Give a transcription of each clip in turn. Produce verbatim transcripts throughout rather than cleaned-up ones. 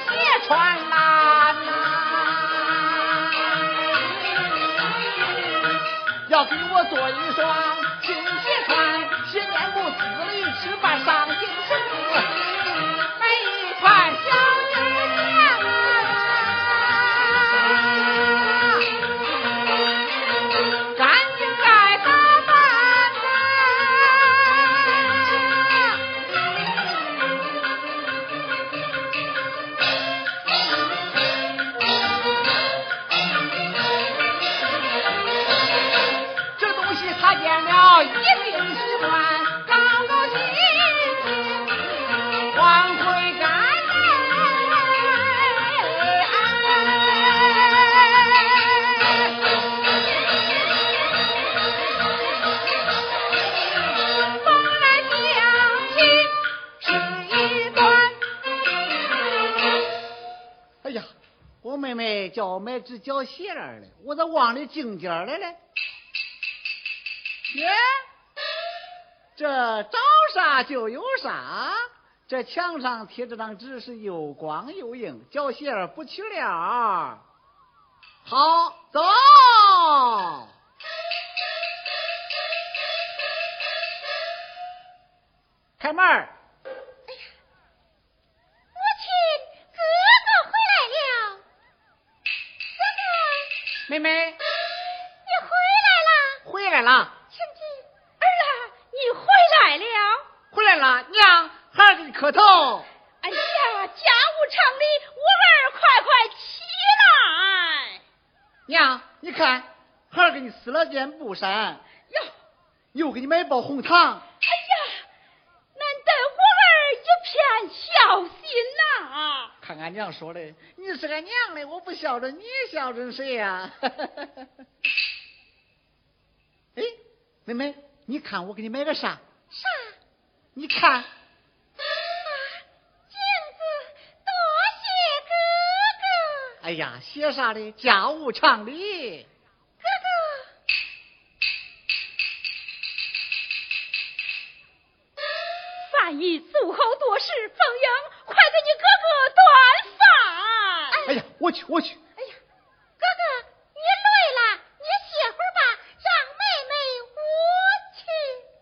鞋穿蓝呐、要给我做一双新鞋穿，鞋面不自立，吃饭上进绳子，买一块小玉娘啊，干净爱打扮呐。这东西他见了一定喜欢，高高兴兴往回赶风来响起是一段。哎呀，我妹妹叫我买只脚鞋来了，我咋忘了进件来了？耶，这找啥就有啥，这墙上贴这张纸是又光又硬，脚鞋儿不去了。好，走。开门儿。 母亲，哥哥回来了。哥哥， 妹妹你回来啦？ 回来了， 亲亲，儿啊，你回来了。 回来了，娘，孩儿给你磕头。 哎呀，家务厂里，我儿快快起来。 娘，你看，孩儿给你撕了件布衫， 哟， 又给你买包红糖。 哎呀，难得我儿一片孝心呐、 看俺娘说的，你是个娘的，我不孝顺你，孝顺谁呀、哎，妹妹，你看我给你买个啥？ 啥？ 你看， 啊，镜子，多谢哥哥。 哎呀，写啥的？家务厂里。 哥哥，范义祖后多事，凤英，快给你哥哥端饭。 哎呀，我去，我去。 哎呀，哥哥，你累了，你歇会儿吧，让妹妹我去。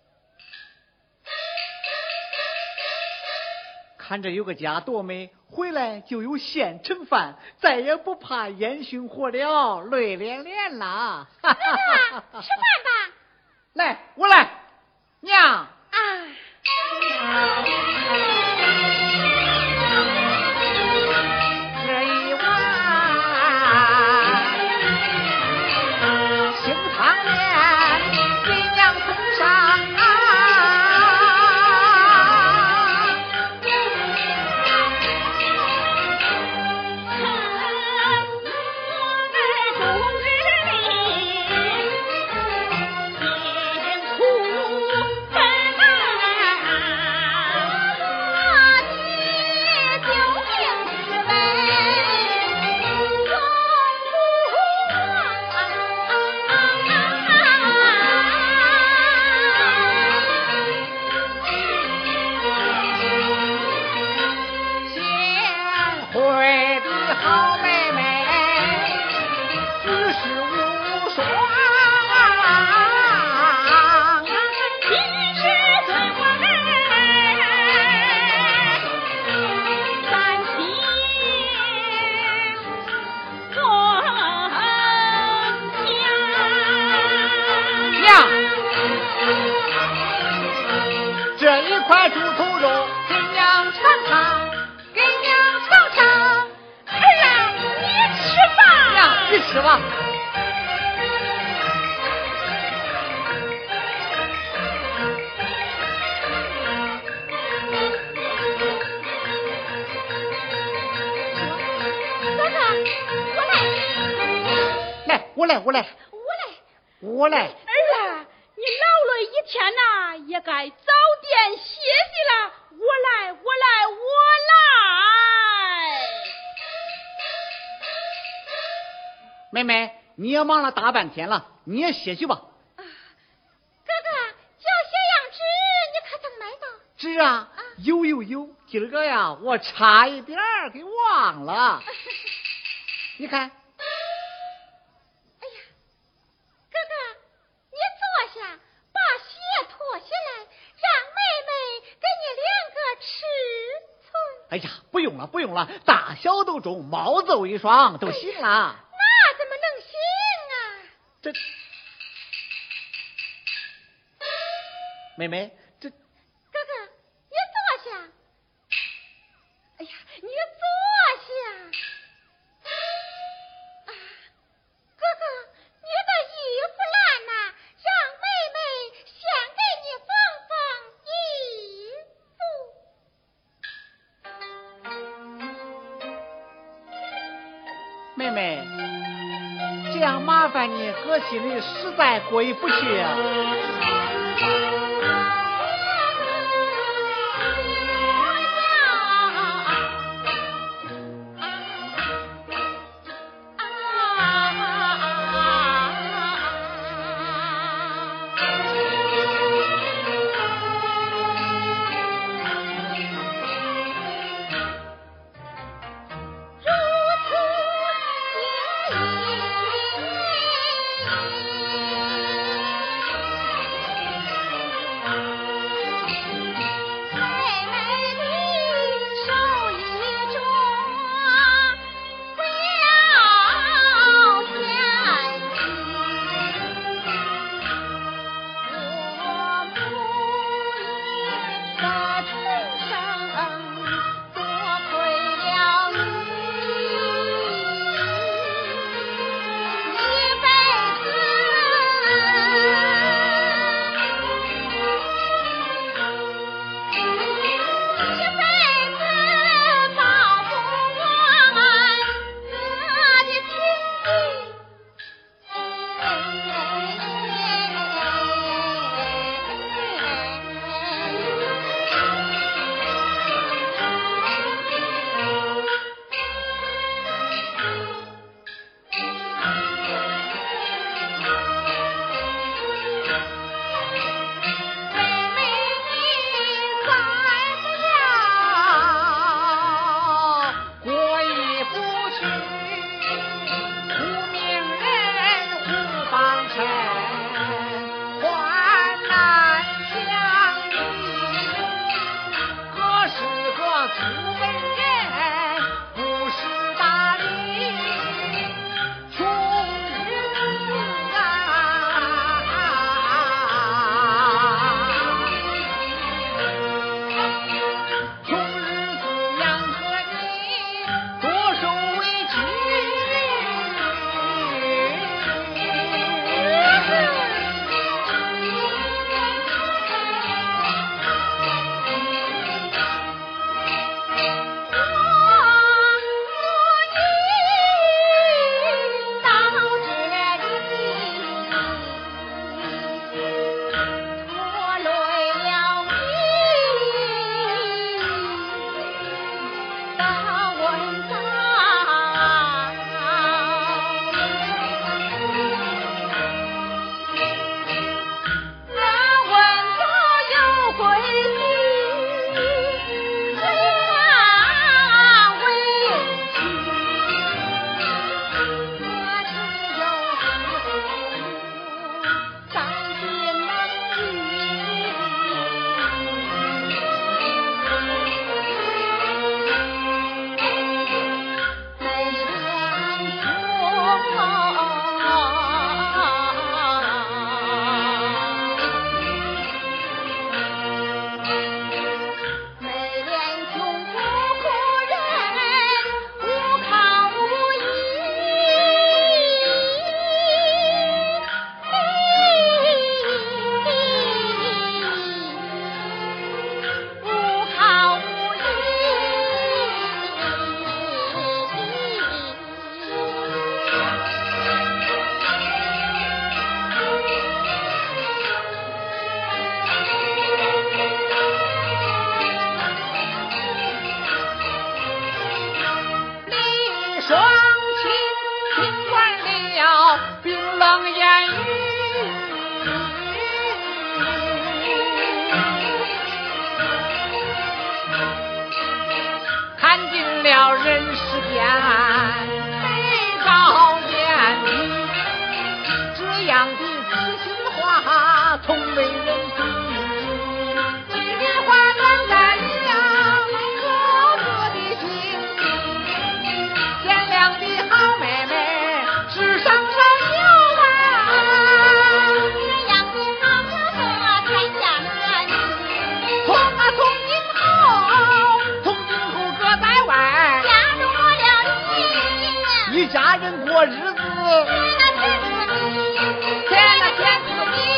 看着有个家多美，回来就有现成饭，再也不怕烟熏火燎，累连连啦。 哥哥，吃饭吧。 来，我来，娘。 啊。 这一碗清汤面给娘送上啊。块猪头肉给娘尝尝，给娘尝尝。 儿啊，你吃吧。 娘，你吃吧。 哥哥，我来。 来，我来，我来， 我来， 我来。 儿啊，你劳累一天呐、啊，也该早点歇息了。我来，我来，我来。 妹妹，你也忙了大半天了，你也歇去吧。 啊，哥哥，脚血样纸你可曾买到？ 纸啊，啊有有有， 今儿个呀，我差一点儿给忘了。你看。 哎呀，哥哥，你坐下，把鞋脱下来，让妹妹给你量个尺寸。 哎呀，不用了，不用了，大小都中，毛走一双都行了。 那怎么能行啊？ 这，妹妹。妹妹，这样麻烦你，哥心里实在过意不去啊。 一家人过日子。 天哪天子你，天哪天子你。